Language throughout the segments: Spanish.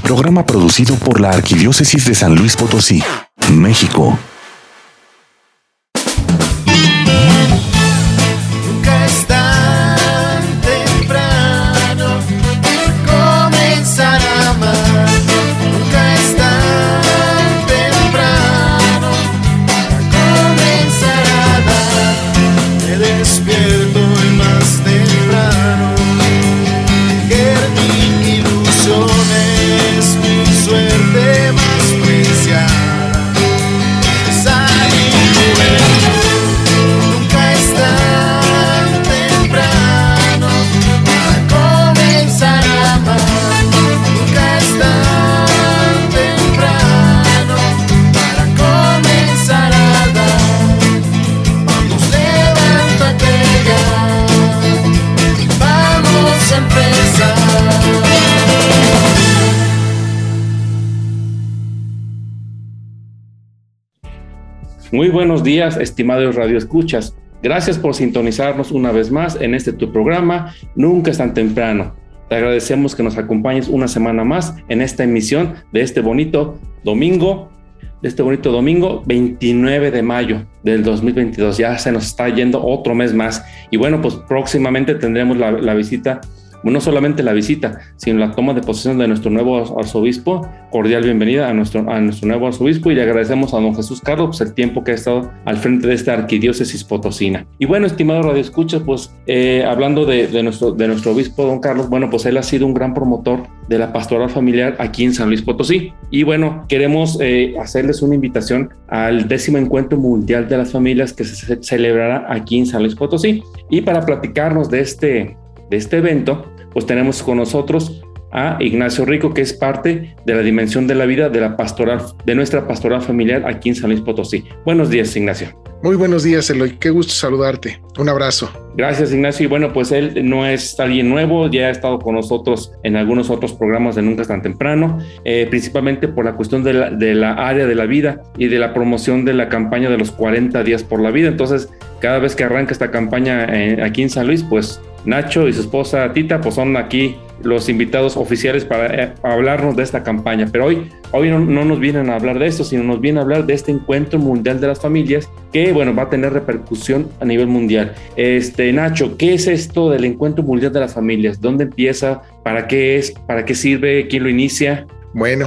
Programa producido por la Arquidiócesis de San Luis Potosí, México. Nunca es tan temprano comenzar a amar. Nunca es tan temprano comenzar a dar. Me despierto el más temprano que mi ilusión es mi suerte más preciada. Nunca es tan temprano para comenzar a amar. Nunca es tan temprano para comenzar a dar. Vamos, levántate ya, vamos a empezar. Muy buenos días, estimados radioescuchas. Gracias por sintonizarnos una vez más en este tu programa, Nunca es tan temprano. Te agradecemos que nos acompañes una semana más en esta emisión de este bonito domingo 29 de mayo del 2022. Ya se nos está yendo otro mes más. Y bueno, pues próximamente tendremos la visita, no solamente la visita, sino la toma de posesión de nuestro nuevo arzobispo. Cordial bienvenida a nuestro nuevo arzobispo, y le agradecemos a don Jesús Carlos pues, el tiempo que ha estado al frente de esta arquidiócesis potosina. Y bueno, estimado radioescuchas, pues hablando de nuestro obispo don Carlos, bueno, pues él ha sido un gran promotor de la pastoral familiar aquí en San Luis Potosí. Y bueno, queremos hacerles una invitación al 10º Encuentro Mundial de las Familias que se celebrará aquí en San Luis Potosí. Y para platicarnos de este evento, pues tenemos con nosotros a Ignacio Rico, que es parte de la Dimensión de la Vida de nuestra pastoral familiar aquí en San Luis Potosí. Buenos días, Ignacio. Muy buenos días, Eloy. Qué gusto saludarte. Un abrazo. Gracias, Ignacio. Y bueno, pues él no es alguien nuevo, ya ha estado con nosotros en algunos otros programas de Nunca es tan temprano, principalmente por la cuestión de la área de la vida y de la promoción de la campaña de los 40 días por la vida. Entonces, cada vez que arranca esta campaña aquí en San Luis, pues Nacho y su esposa Tita pues son aquí los invitados oficiales para hablarnos de esta campaña. Pero hoy no nos vienen a hablar de esto, sino nos vienen a hablar de este Encuentro Mundial de las Familias que, bueno, va a tener repercusión a nivel mundial. Nacho, ¿qué es esto del Encuentro Mundial de las Familias? ¿Dónde empieza? ¿Para qué es? ¿Para qué sirve? ¿Quién lo inicia? Bueno,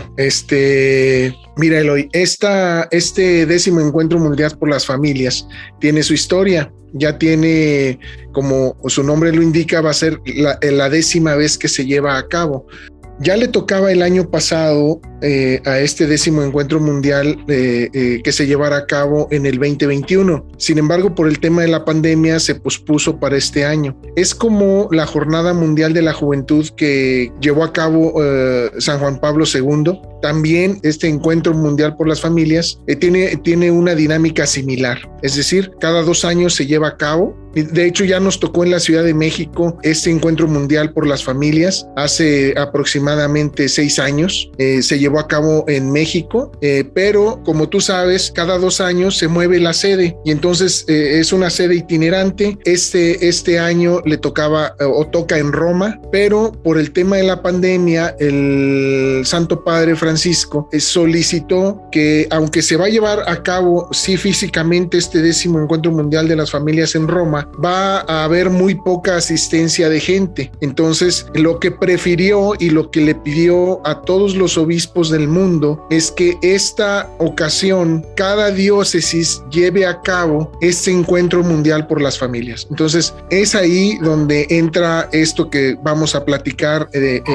mira, Eloy, este 10º Encuentro Mundial por las Familias tiene su historia. Ya tiene, como su nombre lo indica, va a ser la 10ª vez que se lleva a cabo. Ya le tocaba el año pasado a este 10º Encuentro Mundial que se llevara a cabo en el 2021. Sin embargo, por el tema de la pandemia se pospuso para este año. Es como la Jornada Mundial de la Juventud que llevó a cabo San Juan Pablo II. También este Encuentro Mundial por las Familias tiene una dinámica similar. Es decir, cada 2 años se lleva a cabo. De hecho, ya nos tocó en la Ciudad de México este Encuentro Mundial por las Familias hace aproximadamente 6 años. Se llevó a cabo en México, pero como tú sabes, cada 2 años se mueve la sede y entonces es una sede itinerante. Este año le tocaba o toca en Roma, pero por el tema de la pandemia, el Santo Padre Francisco solicitó que, aunque se va a llevar a cabo sí físicamente este 10º Encuentro Mundial de las Familias en Roma, va a haber muy poca asistencia de gente. Entonces, lo que prefirió y lo que le pidió a todos los obispos del mundo es que esta ocasión cada diócesis lleve a cabo este Encuentro Mundial por las Familias. Entonces, es ahí donde entra esto que vamos a platicar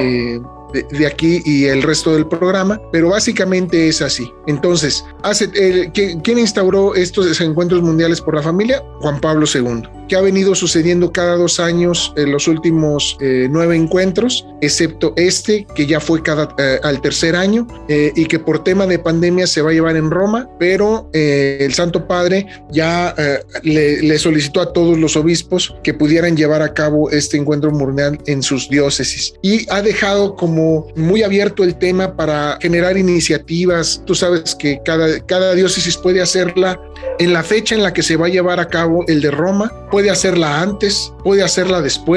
de aquí y el resto del programa, pero básicamente es así. Entonces, ¿quién instauró estos encuentros mundiales por la familia? Juan Pablo II, que ha venido sucediendo cada 2 años en los últimos 9 encuentros, excepto que ya fue al tercer año, y que por tema de pandemia se va a llevar en Roma, pero el Santo Padre ya le solicitó a todos los obispos que pudieran llevar a cabo este encuentro mundial en sus diócesis, y ha dejado como muy abierto el tema para generar iniciativas. Tú sabes que cada diócesis puede hacerla en la fecha en la que se va a llevar a cabo el de Roma, puede hacerla antes, puede hacerla después,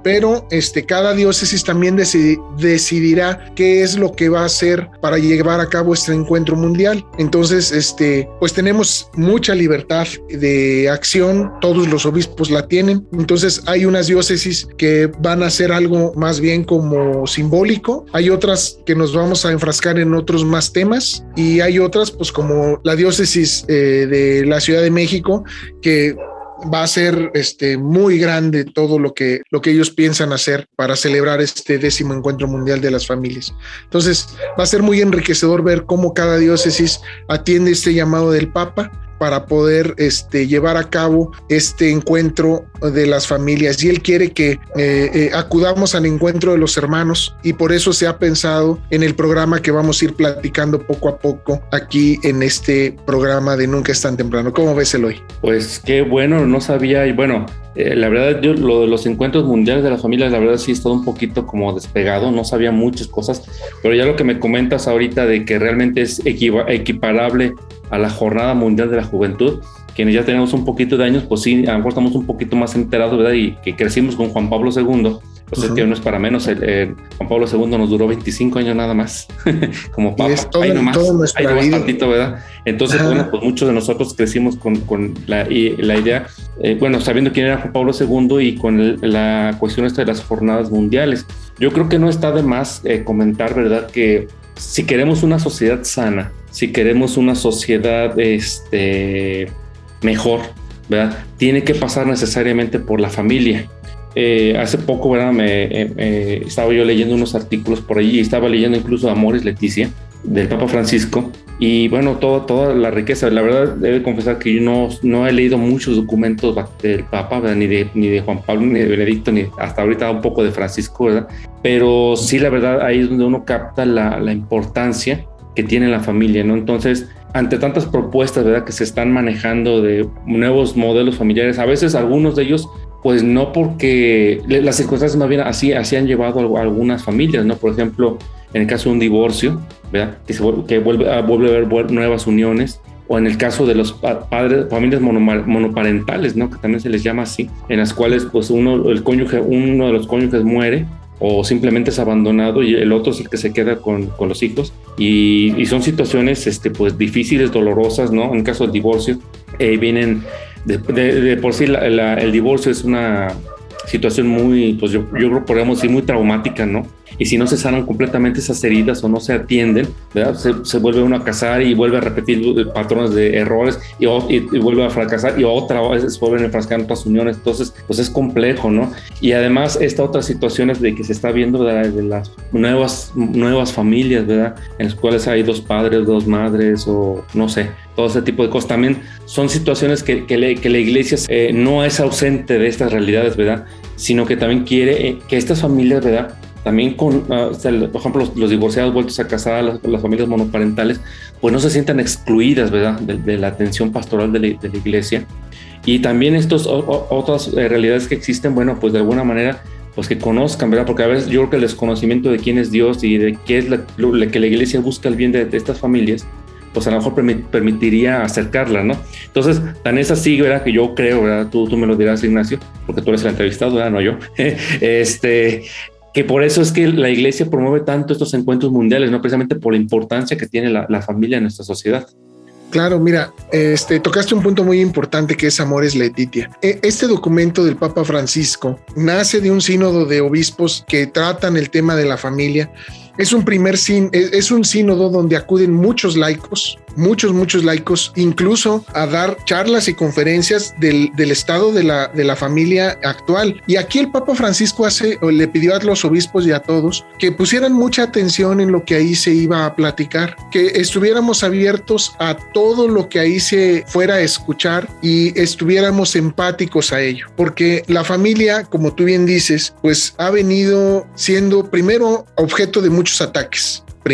pero cada diócesis también decidirá qué es lo que va a hacer para llevar a cabo este encuentro mundial. Entonces, pues tenemos mucha libertad de acción, todos los obispos la tienen. Entonces hay unas diócesis que van a hacer algo más bien como simbólico, hay otras que nos vamos a enfrascar en otros más temas, y hay otras pues como la diócesis de la Ciudad de México, que va a ser muy grande todo lo que ellos piensan hacer para celebrar este 10º Encuentro Mundial de las Familias. Entonces va a ser muy enriquecedor ver cómo cada diócesis atiende este llamado del Papa para poder llevar a cabo este encuentro de las familias, y él quiere que acudamos al encuentro de los hermanos, y por eso se ha pensado en el programa que vamos a ir platicando poco a poco aquí en este programa de Nunca es tan temprano. ¿Cómo ves, Eloy? Pues qué bueno, no sabía, y bueno, la verdad yo lo de los encuentros mundiales de las familias, la verdad sí he estado un poquito como despegado, no sabía muchas cosas, pero ya lo que me comentas ahorita de que realmente es equiparable a la Jornada Mundial de la Juventud, quienes ya tenemos un poquito de años, pues sí, a lo mejor estamos un poquito más enterados, ¿verdad? Y que crecimos con Juan Pablo II, pues es que no es para menos, Juan Pablo II nos duró 25 años nada más, como papa, ahí nomás tantito, ¿verdad? Entonces, bueno, pues muchos de nosotros crecimos con la idea, bueno, sabiendo quién era Juan Pablo II y con la cuestión esta de las jornadas mundiales. Yo creo que no está de más comentar, ¿verdad?, que si queremos una sociedad sana, si queremos una sociedad mejor, ¿verdad?, tiene que pasar necesariamente por la familia. Hace poco, ¿verdad?, estaba yo leyendo unos artículos por allí, estaba leyendo incluso Amoris Laetitia del Papa Francisco, y bueno, toda la riqueza. La verdad, debo confesar que yo no he leído muchos documentos del Papa, ¿verdad?, ni de Juan Pablo, ni de Benedicto, ni hasta ahorita un poco de Francisco, ¿verdad? Pero sí, la verdad, ahí es donde uno capta la importancia que tiene la familia, ¿no? Entonces, ante tantas propuestas, ¿verdad?, que se están manejando de nuevos modelos familiares, a veces algunos de ellos, pues no, porque las circunstancias más bien así han llevado a algunas familias, ¿no? Por ejemplo, en el caso de un divorcio, ¿verdad?, que vuelve a haber nuevas uniones, o en el caso de los padres, familias monoparentales, ¿no?, que también se les llama así, en las cuales pues uno de los cónyuges muere, o simplemente es abandonado y el otro es el que se queda con los hijos, y son situaciones pues difíciles, dolorosas, ¿no? En el caso del divorcio, vienen de por sí el divorcio es una situación muy, pues yo creo que podríamos decir muy traumática, ¿no? Y si no se sanan completamente esas heridas o no se atienden, ¿verdad?, se vuelve uno a casar y vuelve a repetir patrones de errores y vuelve a fracasar, y otra vez se vuelven a enfrascar en otras uniones. Entonces, pues es complejo, ¿no? Y además, otras situaciones de que se está viendo de las nuevas familias, ¿verdad?, en las cuales hay 2 padres, 2 madres, o no sé, todo ese tipo de cosas. También son situaciones que la iglesia no es ausente de estas realidades, ¿verdad?, sino que también quiere que estas familias, ¿verdad?, también por ejemplo, los divorciados vueltos a casar, las familias monoparentales, pues no se sientan excluidas, ¿verdad?, de la atención pastoral de la iglesia. Y también otras realidades que existen, bueno, pues de alguna manera, pues que conozcan, ¿verdad? Porque a veces yo creo que el desconocimiento de quién es Dios y de qué es que la iglesia busca el bien de estas familias, pues a lo mejor permitiría acercarla, ¿no? Entonces, tan es así, ¿verdad?, que yo creo, ¿verdad?, tú me lo dirás, Ignacio, porque tú eres el entrevistado, ¿verdad?, no yo, que por eso es que la iglesia promueve tanto estos encuentros mundiales, ¿no?, precisamente por la importancia que tiene la familia en nuestra sociedad. Claro, mira, tocaste un punto muy importante que es Amoris Laetitia. Este documento del Papa Francisco nace de un sínodo de obispos que tratan el tema de la familia. Es un sínodo donde acuden muchos laicos, muchos laicos, incluso a dar charlas y conferencias del estado de la familia actual. Y aquí el Papa Francisco le pidió a los obispos y a todos que pusieran mucha atención en lo que ahí se iba a platicar, que estuviéramos abiertos a todo lo que ahí se fuera a escuchar y estuviéramos empáticos a ello, porque la familia, como tú bien dices, pues ha venido siendo primero objeto de muchos ataques. Primero,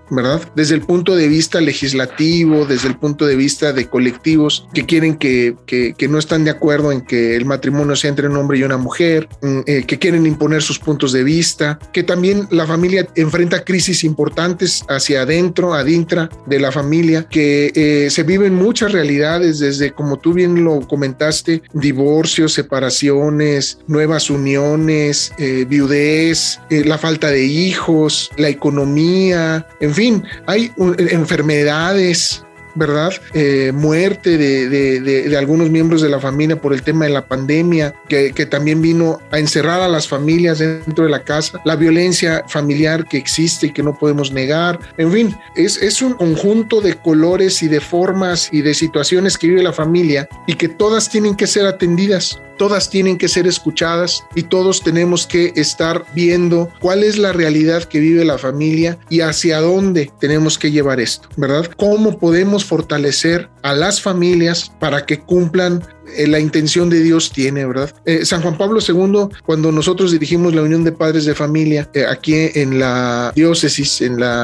¿verdad? Desde el punto de vista legislativo, desde el punto de vista de colectivos que quieren que no están de acuerdo en que el matrimonio sea entre un hombre y una mujer, que quieren imponer sus puntos de vista, que también la familia enfrenta crisis importantes hacia adentro, adintra de la familia, que se viven muchas realidades desde, como tú bien lo comentaste, divorcios, separaciones, nuevas uniones, viudez, la falta de hijos, la economía, en fin, hay enfermedades, ¿verdad? Muerte de algunos miembros de la familia por el tema de la pandemia, que también vino a encerrar a las familias dentro de la casa, la violencia familiar que existe y que no podemos negar, en fin, es un conjunto de colores y de formas y de situaciones que vive la familia y que todas tienen que ser atendidas. Todas tienen que ser escuchadas y todos tenemos que estar viendo cuál es la realidad que vive la familia y hacia dónde tenemos que llevar esto, ¿verdad? ¿Cómo podemos fortalecer a las familias para que cumplan la intención de Dios tiene, ¿verdad? San Juan Pablo II, cuando nosotros dirigimos la Unión de Padres de Familia aquí en la diócesis,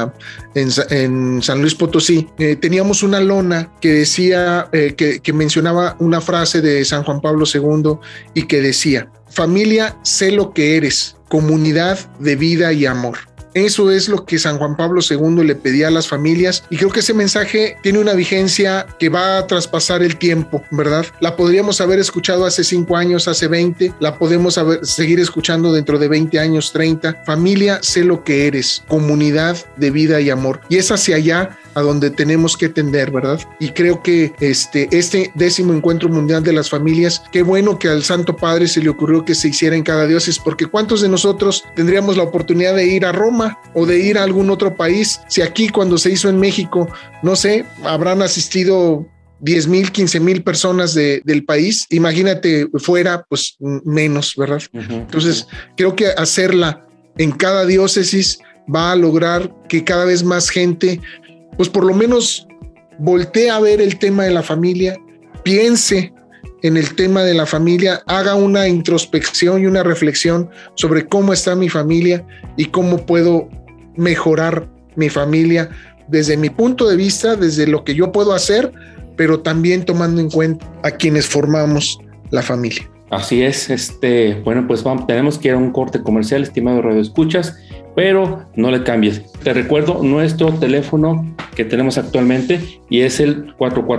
en San Luis Potosí, teníamos una lona que decía, que mencionaba una frase de San Juan Pablo II y que decía: familia, sé lo que eres, comunidad de vida y amor. Eso es lo que San Juan Pablo II le pedía a las familias y creo que ese mensaje tiene una vigencia que va a traspasar el tiempo, ¿verdad? La podríamos haber escuchado hace 5 años, hace 20, la podemos seguir escuchando dentro de 20 años, 30. Familia, sé lo que eres, comunidad de vida y amor. Y es hacia allá a donde tenemos que tender, ¿verdad? Y creo que este 10º Encuentro Mundial de las Familias, qué bueno que al Santo Padre se le ocurrió que se hiciera en cada diócesis, porque ¿cuántos de nosotros tendríamos la oportunidad de ir a Roma o de ir a algún otro país? Si aquí cuando se hizo en México, no sé, habrán asistido 10,000, 15,000 personas del país, imagínate fuera, pues menos, ¿verdad? Entonces, creo que hacerla en cada diócesis va a lograr que cada vez más gente, pues por lo menos voltee a ver el tema de la familia, piense en el tema de la familia, haga una introspección y una reflexión sobre cómo está mi familia y cómo puedo mejorar mi familia desde mi punto de vista, desde lo que yo puedo hacer, pero también tomando en cuenta a quienes formamos la familia. Así es, bueno, pues tenemos que ir a un corte comercial, estimado radioescuchas, pero no le cambies. Te recuerdo nuestro teléfono que tenemos actualmente y es el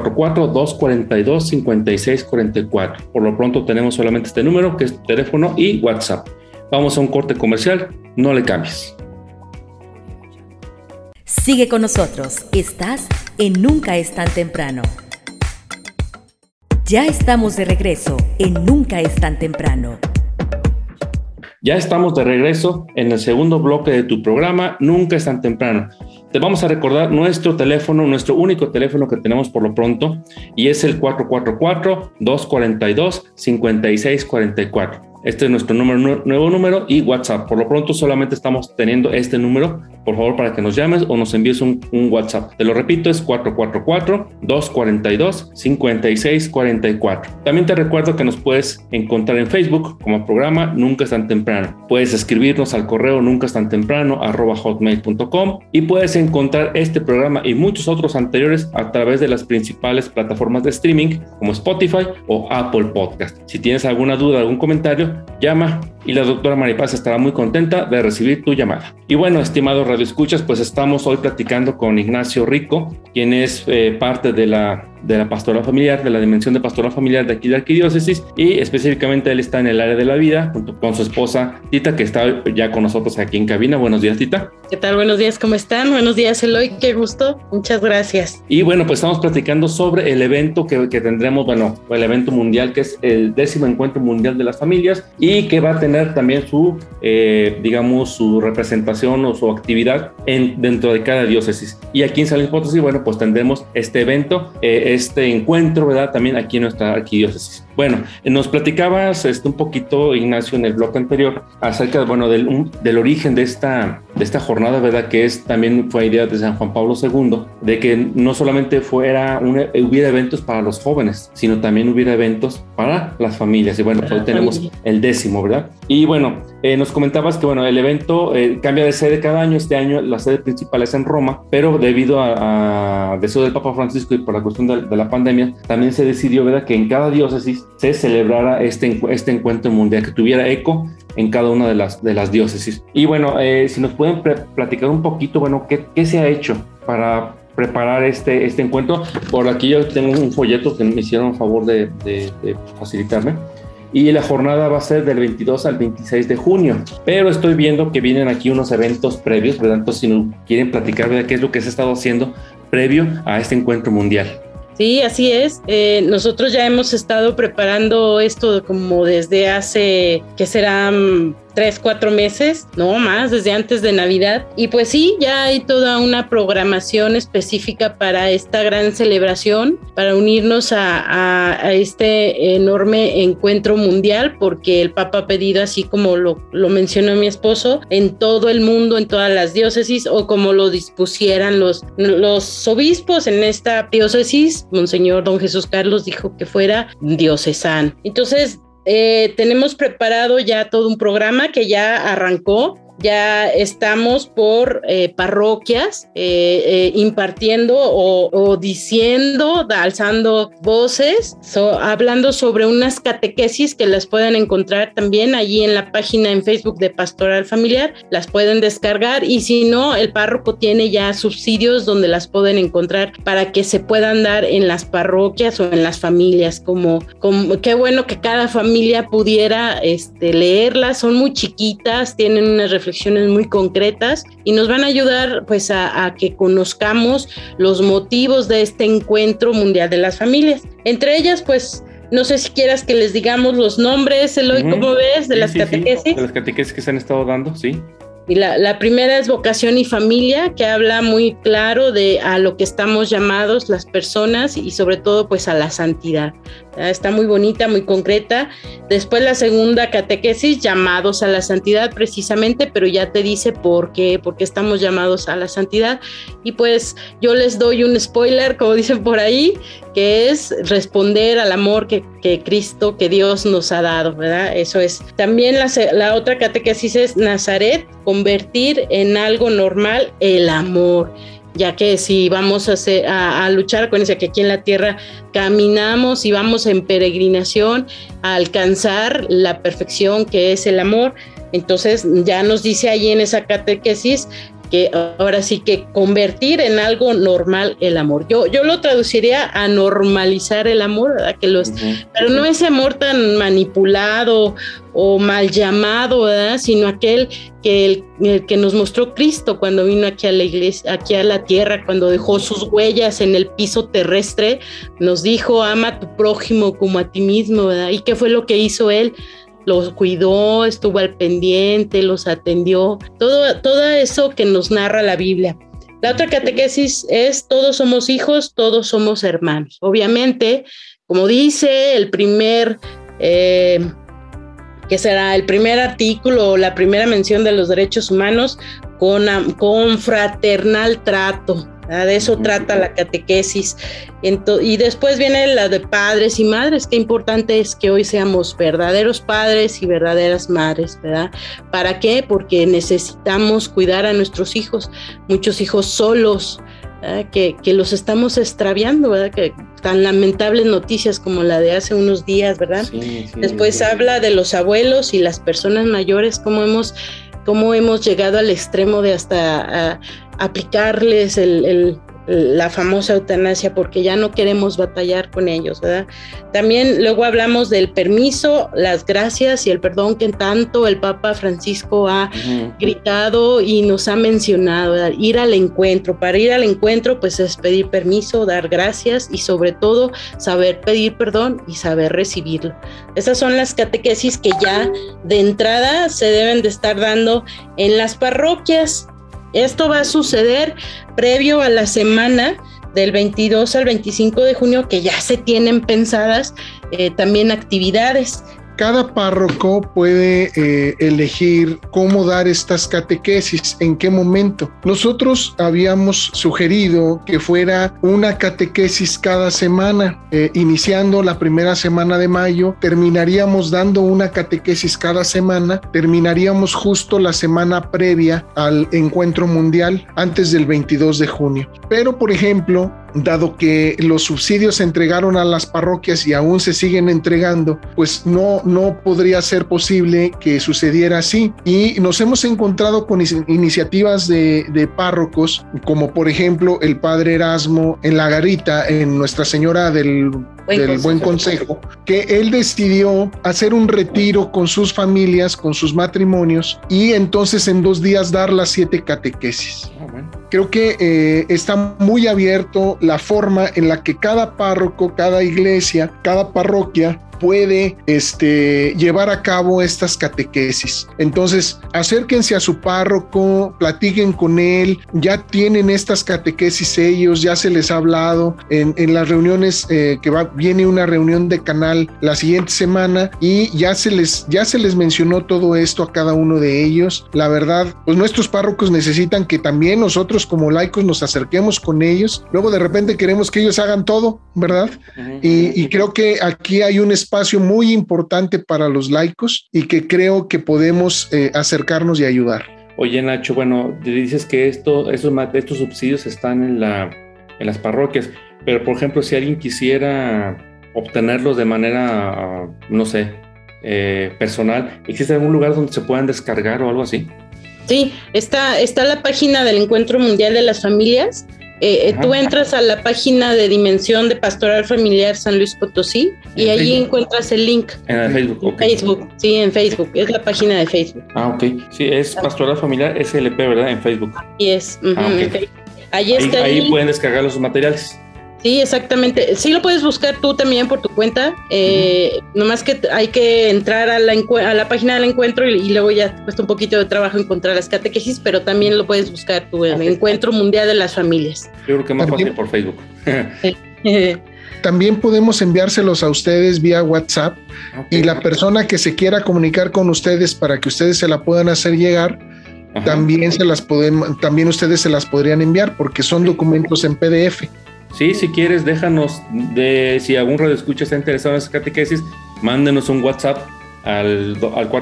444-242-5644. Por lo pronto tenemos solamente este número, que es teléfono y WhatsApp. Vamos a un corte comercial, no le cambies. Sigue con nosotros, estás en Nunca es tan temprano. Ya estamos de regreso en Nunca es tan temprano. Ya estamos de regreso en el segundo bloque de tu programa, Nunca es tan temprano. Te vamos a recordar nuestro teléfono, nuestro único teléfono que tenemos por lo pronto, y es el 444-242-5644. Este es nuestro nuevo número y WhatsApp. Por lo pronto solamente estamos teniendo este número. Por favor, para que nos llames o nos envíes un WhatsApp. Te lo repito, es 444-242-5644. También te recuerdo que nos puedes encontrar en Facebook como programa Nunca es tan temprano. Puedes escribirnos al correo nuncaestantemprano@hotmail.com y puedes encontrar este programa y muchos otros anteriores a través de las principales plataformas de streaming como Spotify o Apple Podcast. Si tienes alguna duda, algún comentario, llama y la doctora Maripaz estará muy contenta de recibir tu llamada. Y bueno, estimados radioescuchas, pues estamos hoy platicando con Ignacio Rico, quien es parte de la pastoral familiar, de la dimensión de pastoral familiar de aquí de Arquidiócesis, y específicamente él está en el área de la vida junto con su esposa Tita, que está ya con nosotros aquí en cabina. Buenos días, Tita. ¿Qué tal? Buenos días, ¿cómo están? Buenos días, Eloy, qué gusto, muchas gracias. Y bueno, pues estamos platicando sobre el evento que tendremos, bueno, el evento mundial, que es el 10º Encuentro Mundial de las Familias, y que va a tener también su, digamos, su representación o su actividad dentro de cada diócesis. Y aquí en San Luis Potosí, bueno, pues tendremos este evento, este encuentro, ¿verdad? También aquí en nuestra arquidiócesis. Bueno, nos platicabas un poquito, Ignacio, en el bloque anterior acerca, bueno, del origen de esta esta jornada, ¿verdad? Que también fue idea de San Juan Pablo II, de que no solamente hubiera eventos para los jóvenes, sino también hubiera eventos para las familias. Y bueno, pues hoy tenemos el 10º, ¿verdad? Y bueno, nos comentabas que bueno, el evento cambia de sede cada año. Este año la sede principal es en Roma, pero debido a deseo del Papa Francisco y por la cuestión de la pandemia, también se decidió, ¿verdad?, que en cada diócesis se celebrara este encuentro mundial, que tuviera eco en cada una de las diócesis. Y bueno, si nos pueden platicar un poquito, bueno, ¿qué se ha hecho para preparar este encuentro? Por aquí yo tengo un folleto que me hicieron favor de facilitarme. Y la jornada va a ser del 22 al 26 de junio. Pero estoy viendo que vienen aquí unos eventos previos, ¿verdad? Entonces, si nos quieren platicar, ¿verdad?, qué es lo que se ha estado haciendo previo a este encuentro mundial. Sí, así es. Nosotros ya hemos estado preparando esto como desde hace, ¿qué serán? 3-4 meses, no más, desde antes de Navidad. Y pues sí, ya hay toda una programación específica para esta gran celebración, para unirnos a este enorme encuentro mundial, porque el Papa ha pedido, así como lo mencionó mi esposo, en todo el mundo, en todas las diócesis, o como lo dispusieran los obispos en esta diócesis. Monseñor Don Jesús Carlos dijo que fuera diocesano. Entonces, tenemos preparado ya todo un programa que ya arrancó. Ya estamos por parroquias impartiendo o diciendo, alzando voces, hablando sobre unas catequesis que las pueden encontrar también allí en la página en Facebook de Pastoral Familiar. Las pueden descargar, y si no, el párroco tiene ya subsidios donde las pueden encontrar para que se puedan dar en las parroquias o en las familias. Como qué bueno que cada familia pudiera leerlas. Son muy chiquitas, tienen unas reflexiones muy concretas y nos van a ayudar pues a que conozcamos los motivos de este encuentro mundial de las familias. Entre ellas, pues, no sé si quieras que les digamos los nombres, Eloy, ¿cómo ves? De las catequesis. Sí, de las catequesis que se han estado dando, sí. Y la primera es Vocación y Familia, que habla muy claro a lo que estamos llamados las personas, y sobre todo pues a la santidad. Está muy bonita, muy concreta. Después la segunda catequesis, llamados a la santidad precisamente, pero ya te dice por qué estamos llamados a la santidad. Y pues yo les doy un spoiler, como dicen por ahí, que es responder al amor que Cristo, que Dios nos ha dado, ¿verdad? Eso es. También la otra catequesis es Nazaret, convertir en algo normal el amor, ya que si vamos a luchar con eso, que aquí en la tierra caminamos y vamos en peregrinación a alcanzar la perfección que es el amor. Entonces ya nos dice ahí en esa catequesis que ahora sí que convertir en algo normal el amor. Yo lo traduciría a normalizar el amor, ¿verdad? Pero no ese amor tan manipulado o mal llamado, ¿verdad? Sino aquel que nos mostró Cristo cuando vino aquí a la iglesia, aquí a la tierra, cuando dejó sus huellas en el piso terrestre, nos dijo: ama a tu prójimo como a ti mismo, ¿verdad? ¿Y qué fue lo que hizo él? Los cuidó, estuvo al pendiente, los atendió, todo eso que nos narra la Biblia. La otra catequesis es: todos somos hijos, todos somos hermanos. Obviamente, como dice el primer, que será el primer artículo o la primera mención de los derechos humanos, con fraternal trato. De eso trata la catequesis. Y después viene la de padres y madres. Qué importante es que hoy seamos verdaderos padres y verdaderas madres, ¿verdad? ¿Para qué? Porque necesitamos cuidar a nuestros hijos. Muchos hijos solos, que los estamos extraviando, ¿verdad? Que tan lamentables noticias como la de hace unos días, ¿verdad? Sí, después habla de los abuelos y las personas mayores, cómo hemos llegado al extremo de hasta aplicarles la famosa eutanasia, porque ya no queremos batallar con ellos, ¿verdad? También luego hablamos del permiso, las gracias y el perdón que tanto el Papa Francisco ha gritado y nos ha mencionado, ¿verdad? Ir al encuentro. Para ir al encuentro, pues es pedir permiso, dar gracias y sobre todo saber pedir perdón y saber recibirlo. Esas son las catequesis que ya de entrada se deben de estar dando en las parroquias. Esto va a suceder previo a la semana del 22 al 25 de junio, que ya se tienen pensadas también actividades. cada párroco puede elegir cómo dar estas catequesis, en qué momento. Nosotros habíamos sugerido que fuera una catequesis cada semana, iniciando la primera semana de mayo, terminaríamos dando una catequesis cada semana, terminaríamos justo la semana previa al encuentro mundial, antes del 22 de junio. Pero, por ejemplo, dado que los subsidios se entregaron a las parroquias y aún se siguen entregando, pues no podría ser posible que sucediera así. Y nos hemos encontrado con iniciativas de párrocos, como por ejemplo el padre Erasmo en La Garita, en Nuestra Señora del Buen Consejo, que él decidió hacer un retiro con sus familias, con sus matrimonios, y entonces en 2 días dar las 7 catequesis. Creo que está muy abierto la forma en la que cada párroco, cada iglesia, cada parroquia puede llevar a cabo estas catequesis. Entonces, acérquense a su párroco, platiquen con él, ya tienen estas catequesis ellos, ya se les ha hablado en las reuniones viene una reunión de canal la siguiente semana y ya se les mencionó todo esto a cada uno de ellos. La verdad, pues nuestros párrocos necesitan que también nosotros como laicos nos acerquemos con ellos. Luego de repente queremos que ellos hagan todo, ¿verdad? Uh-huh. Y creo que aquí hay un espacio muy importante para los laicos y que creo que podemos acercarnos y ayudar. Oye, Nacho, bueno, dices que estos subsidios están en las parroquias, pero por ejemplo, si alguien quisiera obtenerlos de manera, no sé, personal, ¿existe algún lugar donde se puedan descargar o algo así? Sí, está la página del Encuentro Mundial de las Familias. Tú entras a la página de Dimensión de Pastoral Familiar San Luis Potosí y ahí encuentras el link. En el Facebook, okay. Facebook, sí, en Facebook, es la página de Facebook. Ah, ok. Sí, es Pastoral Familiar SLP, ¿verdad? En Facebook. Y es, okay. En Facebook. Ahí pueden descargar los materiales. Sí, exactamente. Sí lo puedes buscar tú también por tu cuenta. Nomás que hay que entrar a la página del encuentro y luego ya cuesta un poquito de trabajo encontrar las catequesis, pero también lo puedes buscar tú en el Encuentro Mundial de las Familias. Yo creo que más fácil por Facebook. También podemos enviárselos a ustedes vía WhatsApp, y la persona que se quiera comunicar con ustedes para que ustedes se la puedan hacer llegar, también ustedes se las podrían enviar porque son documentos en PDF. Sí, si quieres, déjanos, si algún radioescucha está interesado en esas catequesis, mándenos un WhatsApp al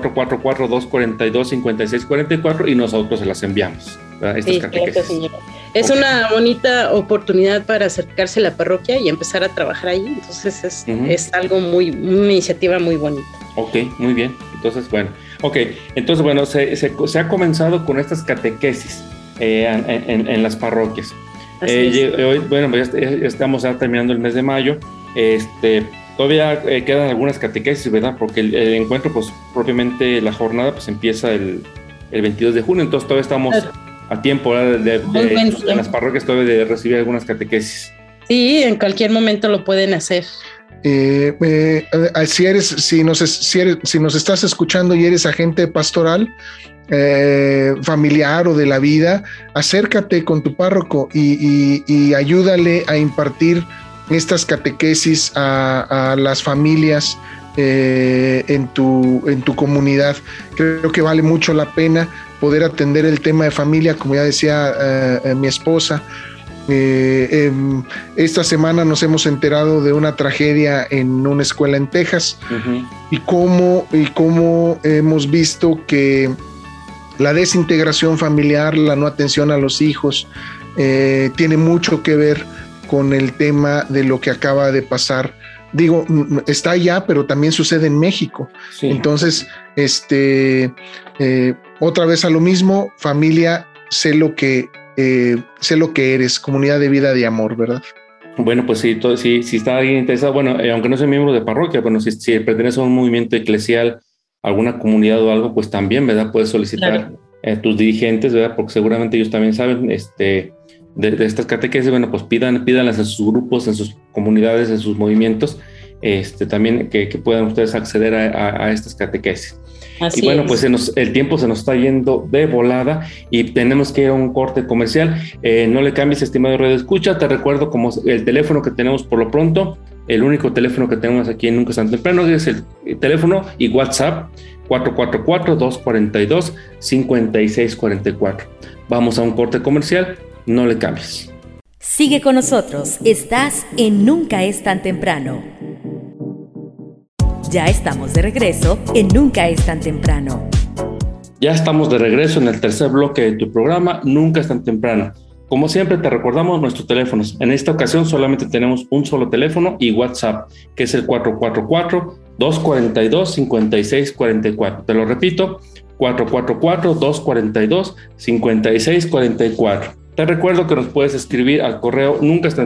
444-242-5644 y nosotros se las enviamos. Estas catequesis. Claro, señora. Es una bonita oportunidad para acercarse a la parroquia y empezar a trabajar ahí. Entonces es algo una iniciativa muy bonita. Ok, muy bien. Entonces, bueno, se ha comenzado con estas catequesis en las parroquias. Hoy, bueno, ya estamos ya terminando el mes de mayo. Todavía quedan algunas catequesis, ¿verdad? Porque el encuentro, pues propiamente la jornada, pues empieza el 22 de junio. Entonces todavía estamos a tiempo de en las parroquias todavía de recibir algunas catequesis. Sí, en cualquier momento lo pueden hacer. Si nos estás escuchando y eres agente pastoral, familiar o de la vida, acércate con tu párroco y ayúdale a impartir estas catequesis a las familias en tu comunidad. Creo que vale mucho la pena poder atender el tema de familia, como ya decía mi esposa. Esta semana nos hemos enterado de una tragedia en una escuela en Texas, y cómo hemos visto que la desintegración familiar, la no atención a los hijos, tiene mucho que ver con el tema de lo que acaba de pasar. Digo, está allá, pero también sucede en México. Sí. Entonces, otra vez a lo mismo, familia, sé lo que eres, comunidad de vida de amor, ¿verdad? Bueno, pues si está alguien interesado, bueno, aunque no sea miembro de parroquia, bueno, si pertenece a un movimiento eclesial, alguna comunidad o algo, pues también, ¿verdad? Puedes solicitar tus dirigentes, ¿verdad? Porque seguramente ellos también saben de estas catequesis. Bueno, pues pídanlas en sus grupos, en sus comunidades, en sus movimientos, también que puedan ustedes acceder a estas catequesis. Así y bueno, es. pues el tiempo se nos está yendo de volada y tenemos que ir a un corte comercial. No le cambies, estimado Radio Escucha. Te recuerdo como el teléfono que tenemos por lo pronto, el único teléfono que tenemos aquí en Nunca es tan temprano, es el teléfono y WhatsApp 444-242-5644. Vamos a un corte comercial, no le cambies. Sigue con nosotros, estás en Nunca es tan temprano. Ya estamos de regreso en Nunca es tan temprano. Ya estamos de regreso en el tercer bloque de tu programa, Nunca es tan temprano. Como siempre te recordamos nuestros teléfonos. En esta ocasión solamente tenemos un solo teléfono y WhatsApp, que es el 444-242-5644. Te lo repito, 444-242-5644. Te recuerdo que nos puedes escribir al correo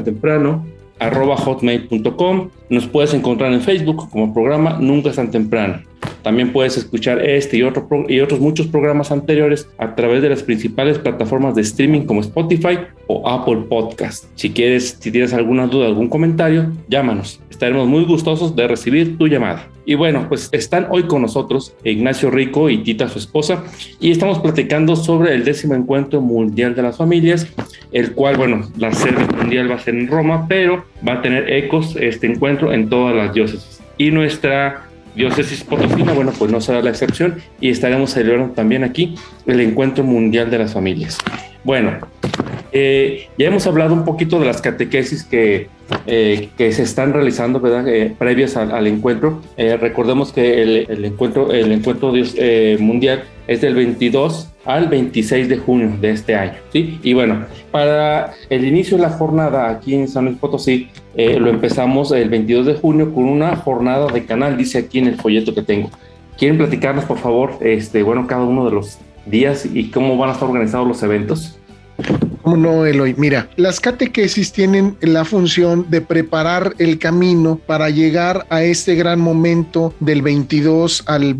nuncaestantemprano@hotmail.com. Nos puedes encontrar en Facebook como programa Nunca es tan temprano. También puedes escuchar este y otros muchos programas anteriores a través de las principales plataformas de streaming como Spotify o Apple Podcast. Si tienes alguna duda, algún comentario, llámanos. Estaremos muy gustosos de recibir tu llamada. Y bueno, pues están hoy con nosotros Ignacio Rico y Tita, su esposa, y estamos platicando sobre el 10º Encuentro Mundial de las Familias, el cual, bueno, la sede mundial va a ser en Roma, pero va a tener ecos este encuentro en todas las diócesis. Y nuestra diócesis potosina, bueno, pues no será la excepción y estaremos celebrando también aquí el Encuentro Mundial de las Familias. Bueno, ya hemos hablado un poquito de las catequesis que se están realizando, ¿verdad? Previas al encuentro. Recordemos que el encuentro mundial es del 22 al 26 de junio de este año, ¿sí? Y bueno, para el inicio de la jornada aquí en San Luis Potosí, lo empezamos el 22 de junio con una jornada de canal, dice aquí en el folleto que tengo. ¿Quieren platicarnos, por favor, bueno, cada uno de los días y cómo van a estar organizados los eventos? ¿Cómo no, Eloy? Mira, las catequesis tienen la función de preparar el camino para llegar a este gran momento del 22 al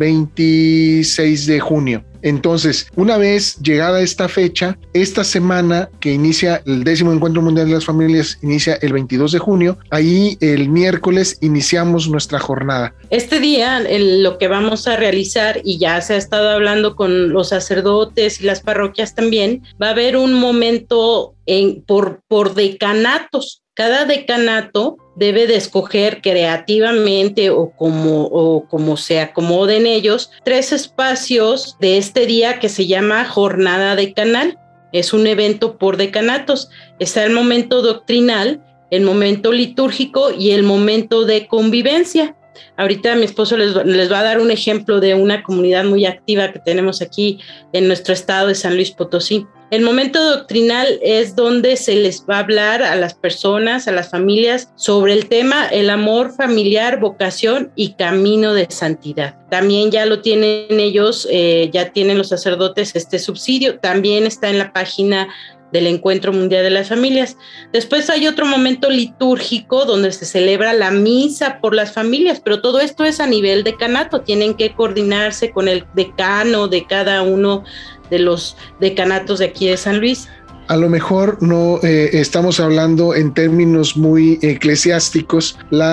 26 de junio. Entonces, una vez llegada esta fecha, esta semana que inicia el 10º Encuentro Mundial de las Familias, inicia el 22 de junio, ahí el miércoles iniciamos nuestra jornada. Este día lo que vamos a realizar, y ya se ha estado hablando con los sacerdotes y las parroquias también, va a haber un momento por decanatos. Cada decanato debe de escoger creativamente o como se acomoden ellos 3 espacios de este día que se llama Jornada Decanal. Es un evento por decanatos. Está el momento doctrinal, el momento litúrgico y el momento de convivencia. Ahorita mi esposo les va a dar un ejemplo de una comunidad muy activa que tenemos aquí en nuestro estado de San Luis Potosí. El momento doctrinal es donde se les va a hablar a las personas, a las familias, sobre el tema el amor familiar, vocación y camino de santidad. También ya lo tienen ellos, ya tienen los sacerdotes este subsidio, también está en la página del Encuentro Mundial de las Familias. Después hay otro momento litúrgico donde se celebra la misa por las familias, pero todo esto es a nivel decanato, tienen que coordinarse con el decano de cada uno de los decanatos de aquí de San Luis. A lo mejor no estamos hablando en términos muy eclesiásticos.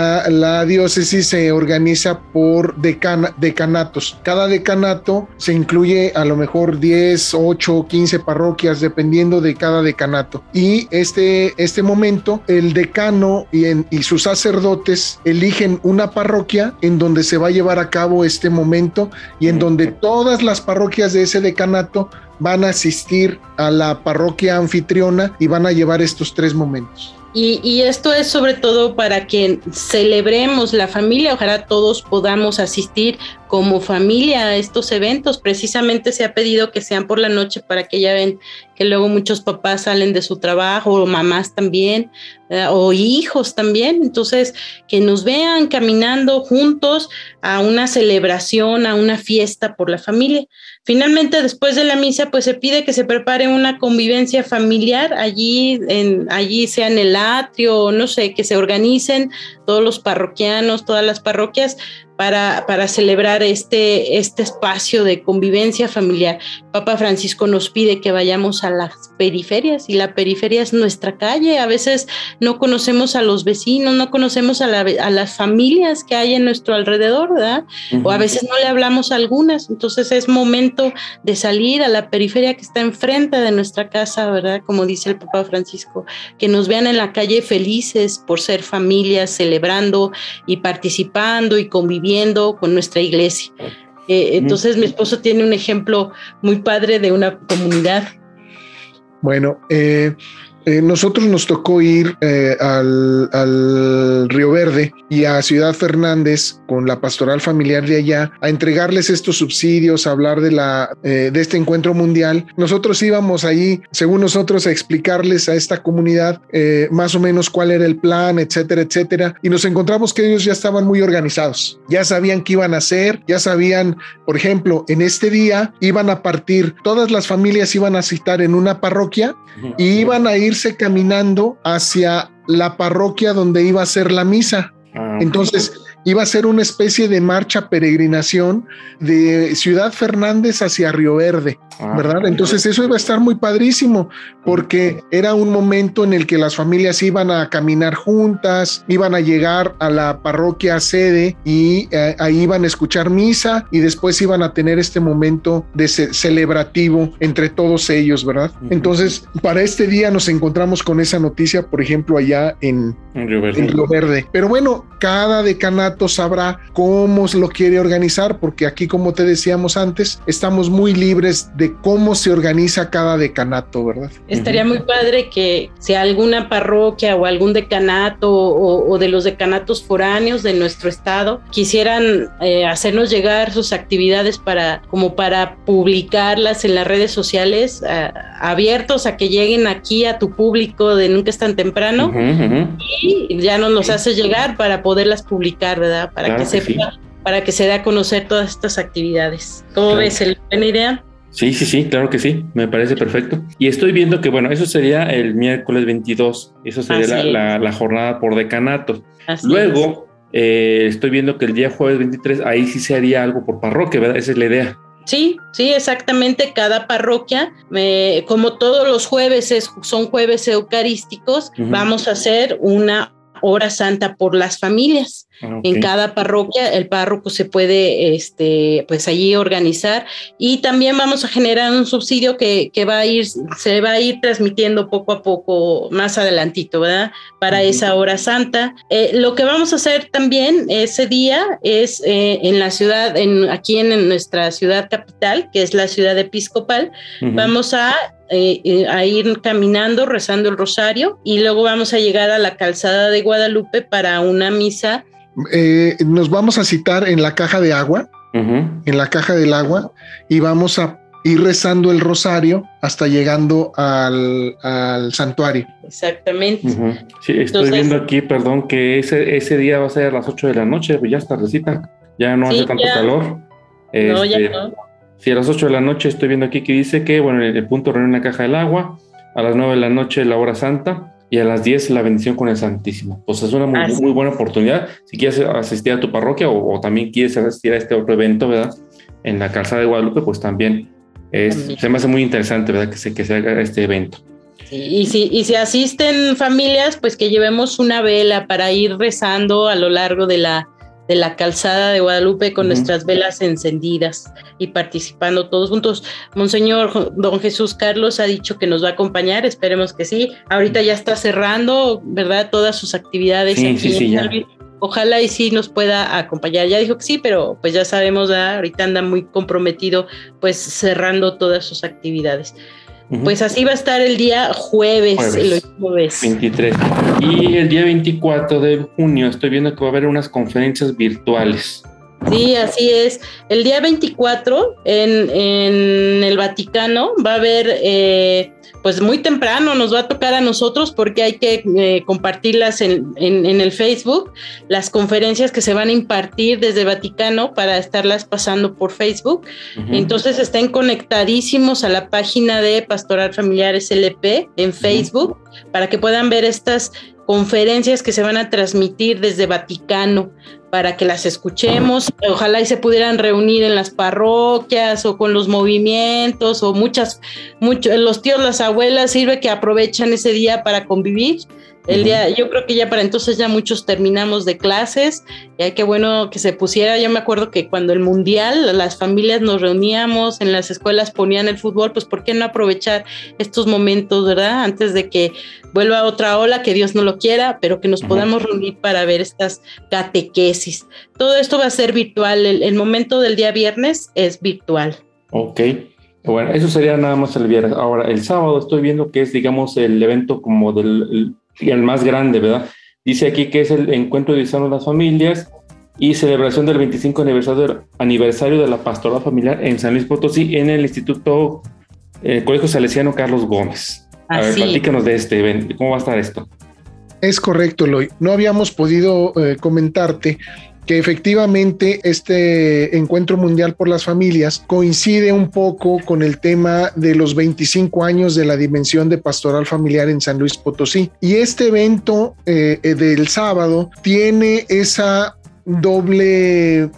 La diócesis se organiza por decanatos. Cada decanato se incluye a lo mejor 10, 8, 15 parroquias, dependiendo de cada decanato. Y este momento, el decano y sus sacerdotes eligen una parroquia en donde se va a llevar a cabo este momento y en donde todas las parroquias de ese decanato van a asistir a la parroquia anfitriona y van a llevar estos 3 momentos. Y esto es sobre todo para que celebremos la familia, ojalá todos podamos asistir como familia a estos eventos. Precisamente se ha pedido que sean por la noche para que ya ven que luego muchos papás salen de su trabajo, o mamás también, o hijos también. Entonces, que nos vean caminando juntos a una celebración, a una fiesta por la familia. Finalmente, después de la misa, pues se pide que se prepare una convivencia familiar allí sea en el atrio, no sé, que se organicen todos los parroquianos, todas las parroquias, para celebrar este espacio de convivencia familiar. Papa Francisco nos pide que vayamos a las periferias, y la periferia es nuestra calle. A veces no conocemos a los vecinos, no conocemos a las familias que hay en nuestro alrededor, ¿verdad? O a veces no le hablamos a algunas. Entonces es momento de salir a la periferia que está enfrente de nuestra casa, ¿verdad? Como dice el Papa Francisco, que nos vean en la calle felices por ser familias, celebrando y participando y conviviendo con nuestra iglesia. Entonces mi esposo tiene un ejemplo muy padre de una comunidad. Bueno, nosotros nos tocó ir al Río Verde y a Ciudad Fernández con la pastoral familiar de allá a entregarles estos subsidios, a hablar de este encuentro mundial. Nosotros íbamos allí, según nosotros, a explicarles a esta comunidad más o menos cuál era el plan, etcétera, etcétera, y nos encontramos que ellos ya estaban muy organizados, ya sabían qué iban a hacer, ya sabían, por ejemplo, en este día iban a partir, todas las familias iban a citar en una parroquia y iban a irse caminando hacia la parroquia donde iba a ser la misa. Entonces iba a ser una especie de marcha peregrinación de Ciudad Fernández hacia Río Verde, ¿verdad? Entonces eso iba a estar muy padrísimo, porque era un momento en el que las familias iban a caminar juntas, iban a llegar a la parroquia sede y ahí iban a escuchar misa, y después iban a tener este momento de celebrativo entre todos ellos, ¿verdad? Entonces, para este día nos encontramos con esa noticia, por ejemplo, allá en Río Verde. Pero bueno, cada decanato sabrá cómo lo quiere organizar, porque aquí, como te decíamos antes, estamos muy libres de cómo se organiza cada decanato, ¿verdad? Estaría muy padre que si alguna parroquia o algún decanato o de los decanatos foráneos de nuestro estado quisieran hacernos llegar sus actividades para publicarlas en las redes sociales, abiertos a que lleguen aquí a tu público de Nunca es tan temprano, y ya nos los haces llegar para poderlas publicar, ¿verdad? Para claro que sepa, sí, para que se dé a conocer todas estas actividades. ¿Cómo ves? ¿Buena idea? Sí, claro que sí, me parece perfecto. Y estoy viendo que, bueno, eso sería el miércoles 22, eso sería la jornada por decanato. Luego, estoy viendo que el día jueves 23, ahí sí se haría algo por parroquia, ¿verdad? Esa es la idea. Sí, exactamente. Cada parroquia, como todos los jueves son jueves eucarísticos, vamos a hacer una hora santa por las familias. En cada parroquia el párroco se puede pues allí organizar, y también vamos a generar un subsidio que se va a ir transmitiendo poco a poco más adelantito, ¿verdad? Para esa hora santa. Lo que vamos a hacer también ese día es en la ciudad, aquí en nuestra ciudad capital, que es la ciudad episcopal, vamos a ir caminando, rezando el rosario, y luego vamos a llegar a la calzada de Guadalupe para una misa. Nos vamos a citar en la caja de agua, en la caja del agua, y vamos a ir rezando el rosario hasta llegando al santuario. Exactamente. Sí, estoy viendo aquí, perdón, que ese día va a ser a las 8 de la noche, pues ya es tardecita, ya no hace tanto calor. No, ya no. Sí, a las 8 de la noche estoy viendo aquí que dice que, bueno, el punto reunión en la caja del agua, a las 9 de la noche la hora santa, y a las 10 la bendición con el Santísimo. Pues es una muy buena oportunidad. Si quieres asistir a tu parroquia o también quieres asistir a este otro evento, ¿verdad? En la calzada de Guadalupe, pues también se me hace muy interesante, ¿verdad? Que se haga este evento. Sí, y si asisten familias, pues que llevemos una vela para ir rezando a lo largo de la calzada de Guadalupe con nuestras velas encendidas y participando todos juntos. Monseñor Don Jesús Carlos ha dicho que nos va a acompañar, esperemos que sí. Ahorita ya está cerrando, ¿verdad? Todas sus actividades. Sí, ya. Ojalá y sí nos pueda acompañar. Ya dijo que sí, pero pues ya sabemos, ¿verdad? Ahorita anda muy comprometido, pues cerrando todas sus actividades. Pues así va a estar el día jueves. 23. Y el día 24 de junio estoy viendo que va a haber unas conferencias virtuales. Sí, así es. El día 24 en el Vaticano va a haber, pues muy temprano nos va a tocar a nosotros, porque hay que compartirlas en el Facebook, las conferencias que se van a impartir desde Vaticano para estarlas pasando por Facebook. Entonces estén conectadísimos a la página de Pastoral Familiar SLP en Facebook para que puedan ver estas conferencias que se van a transmitir desde Vaticano para que las escuchemos. Ojalá y se pudieran reunir en las parroquias o con los movimientos o los tíos, las abuelas, sirve que aprovechan ese día para convivir. El día, yo creo que ya para entonces ya muchos terminamos de clases, y qué bueno que se pusiera. Yo me acuerdo que cuando el mundial, las familias nos reuníamos, en las escuelas ponían el fútbol, pues ¿por qué no aprovechar estos momentos, verdad? Antes de que vuelva otra ola, que Dios no lo quiera, pero que nos podamos reunir para ver estas catequesis. Todo esto va a ser virtual, el momento del día viernes es virtual. Ok, bueno, eso sería nada más el viernes. Ahora, el sábado estoy viendo que es, digamos, el evento como el más grande, ¿verdad? Dice aquí que es el Encuentro Diocesano de las Familias y celebración del 25 aniversario de la Pastoral Familiar en San Luis Potosí en el Instituto Colegio Salesiano Carlos Gómez. A ver, platícanos de este evento, ¿cómo va a estar esto? Es correcto, Eloy. No habíamos podido comentarte que efectivamente este Encuentro Mundial por las Familias coincide un poco con el tema de los 25 años de la Dimensión de Pastoral Familiar en San Luis Potosí. Y este evento del sábado tiene esa doble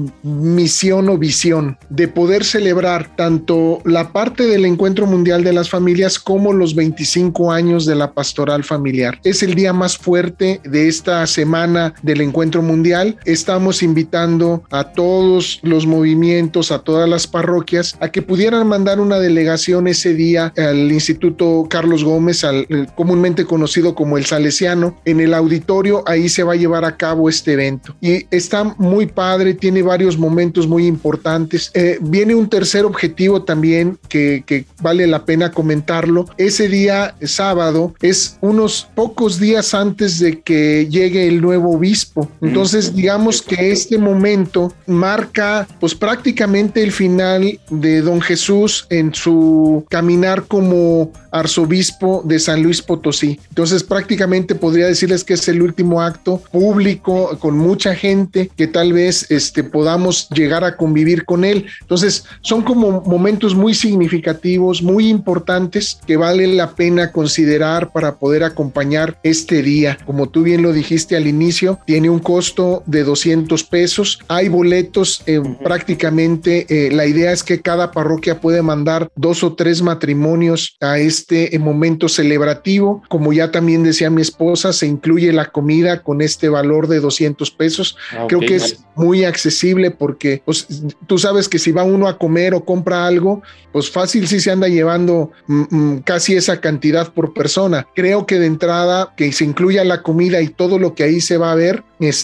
misión o visión de poder celebrar tanto la parte del Encuentro Mundial de las Familias como los 25 años de la Pastoral Familiar. Es el día más fuerte de esta semana del Encuentro Mundial. Estamos invitando a todos los movimientos, a todas las parroquias, a que pudieran mandar una delegación ese día al Instituto Carlos Gómez, comúnmente conocido como el Salesiano. En el auditorio, ahí se va a llevar a cabo este evento. Y está muy padre, tiene varios momentos muy importantes. Viene un tercer objetivo también que vale la pena comentarlo. Ese día, sábado, es unos pocos días antes de que llegue el nuevo obispo. Entonces, digamos que este momento marca pues prácticamente el final de Don Jesús en su caminar como arzobispo de San Luis Potosí. Entonces, prácticamente podría decirles que es el último acto público con mucha gente que tal vez podamos llegar a convivir con él. Entonces, son como momentos muy significativos, muy importantes, que vale la pena considerar para poder acompañar este día. Como tú bien lo dijiste al inicio, tiene un costo de 200 pesos. Hay boletos, prácticamente la idea es que cada parroquia puede mandar 2 o 3 matrimonios a este momento celebrativo. Como ya también decía mi esposa, se incluye la comida con este valor de 200 pesos. Creo que es muy accesible porque pues, tú sabes que si va uno a comer o compra algo, pues fácil sí se anda llevando casi esa cantidad por persona. Creo que de entrada que se incluya la comida y todo lo que ahí se va a ver,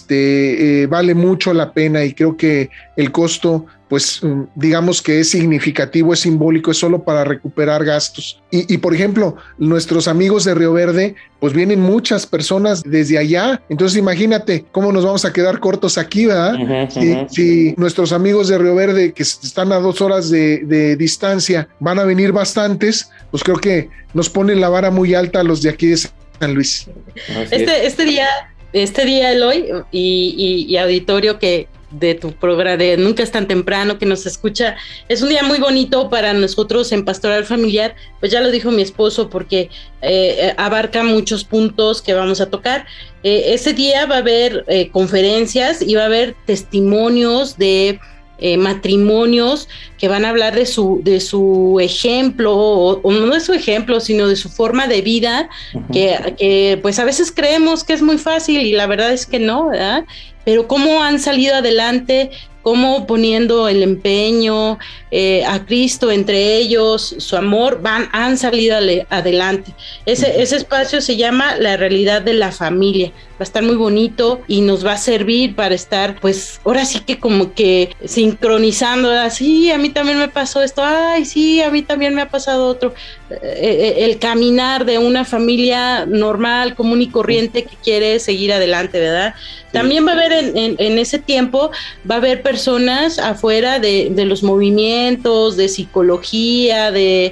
vale mucho la pena, y creo que el costo pues digamos que es significativo, es simbólico, es solo para recuperar gastos. Y por ejemplo, nuestros amigos de Río Verde, pues vienen muchas personas desde allá, entonces imagínate cómo nos vamos a quedar cortos aquí, ¿verdad? Si nuestros amigos de Río Verde, que están a 2 horas de distancia, van a venir bastantes, pues creo que nos ponen la vara muy alta a los de aquí de San Luis. Este día, Eloy, y auditorio que de tu programa de Nunca es tan temprano, que nos escucha, es un día muy bonito para nosotros en Pastoral Familiar, pues ya lo dijo mi esposo, porque abarca muchos puntos que vamos a tocar. Ese día va a haber conferencias y va a haber testimonios de matrimonios que van a hablar de su ejemplo, o no de su ejemplo, sino de su forma de vida, que pues a veces creemos que es muy fácil y la verdad es que no, ¿verdad? Pero cómo han salido adelante, cómo poniendo el empeño a Cristo entre ellos, su amor, han salido adelante. Ese espacio se llama La Realidad de la Familia. Va a estar muy bonito y nos va a servir para estar, pues, ahora sí que como que sincronizando, sí, a mí también me pasó esto, ay, sí, a mí también me ha pasado otro. El caminar de una familia normal, común y corriente que quiere seguir adelante, ¿verdad? Sí. También va a haber en ese tiempo, va a haber personas afuera de los movimientos, de psicología, de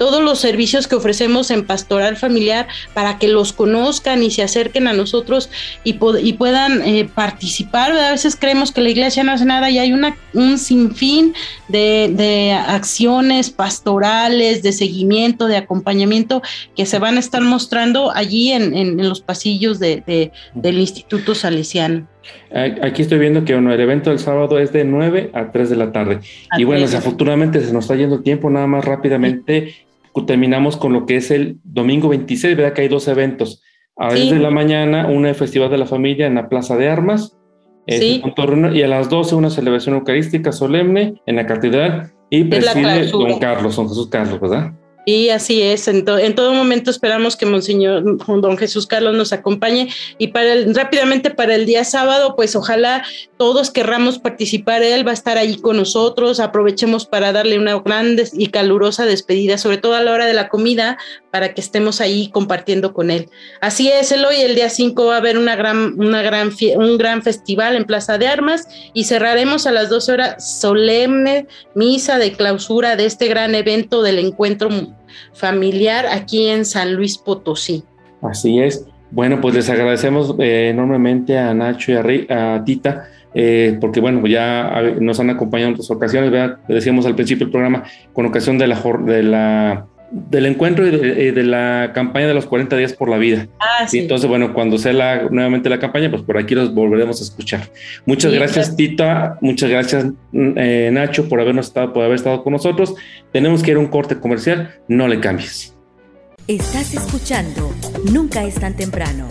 todos los servicios que ofrecemos en Pastoral Familiar para que los conozcan y se acerquen a nosotros y puedan participar. A veces creemos que la iglesia no hace nada y hay un sinfín de acciones pastorales, de seguimiento, de acompañamiento que se van a estar mostrando allí en los pasillos del Instituto Salesiano. Aquí estoy viendo que el evento del sábado es de 9 a 3 de la tarde. Y bueno, desafortunadamente se nos está yendo el tiempo, nada más rápidamente terminamos con lo que es el domingo 26, ¿verdad? Que hay 2 eventos. A las 10 de la mañana, una Festival de la Familia en la Plaza de Armas, y a las 12 una celebración eucarística solemne en la Catedral y preside don Jesús Carlos, ¿verdad? Y así es, en todo momento esperamos que Monseñor don Jesús Carlos nos acompañe y rápidamente para el día sábado, pues ojalá todos querramos participar, él va a estar allí con nosotros, aprovechemos para darle una grande y calurosa despedida, sobre todo a la hora de la comida, para que estemos ahí compartiendo con él. Así es, Eloy, el día 5 va a haber un gran festival en Plaza de Armas y cerraremos a las 12 horas solemne misa de clausura de este gran evento del encuentro familiar aquí en San Luis Potosí. Así es. Bueno, pues les agradecemos enormemente a Nacho y a Tita, porque bueno, ya nos han acompañado en otras ocasiones, ¿verdad? Decíamos al principio del programa, con ocasión del encuentro y de la campaña de los 40 días por la vida. Sí. Entonces, bueno, cuando sea nuevamente la campaña, pues por aquí los volveremos a escuchar. Muchas gracias, Tita. Muchas gracias, Nacho, por haber estado con nosotros. Tenemos que ir a un corte comercial. No le cambies. Estás escuchando Nunca es tan temprano.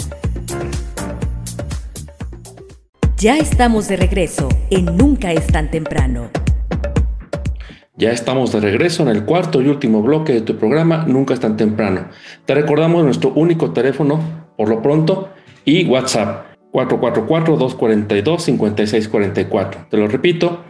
Ya estamos de regreso en Nunca es tan temprano. Ya estamos de regreso en el cuarto y último bloque de tu programa Nunca es tan temprano. Te recordamos nuestro único teléfono, por lo pronto, y WhatsApp, 444-242-5644. Te lo repito,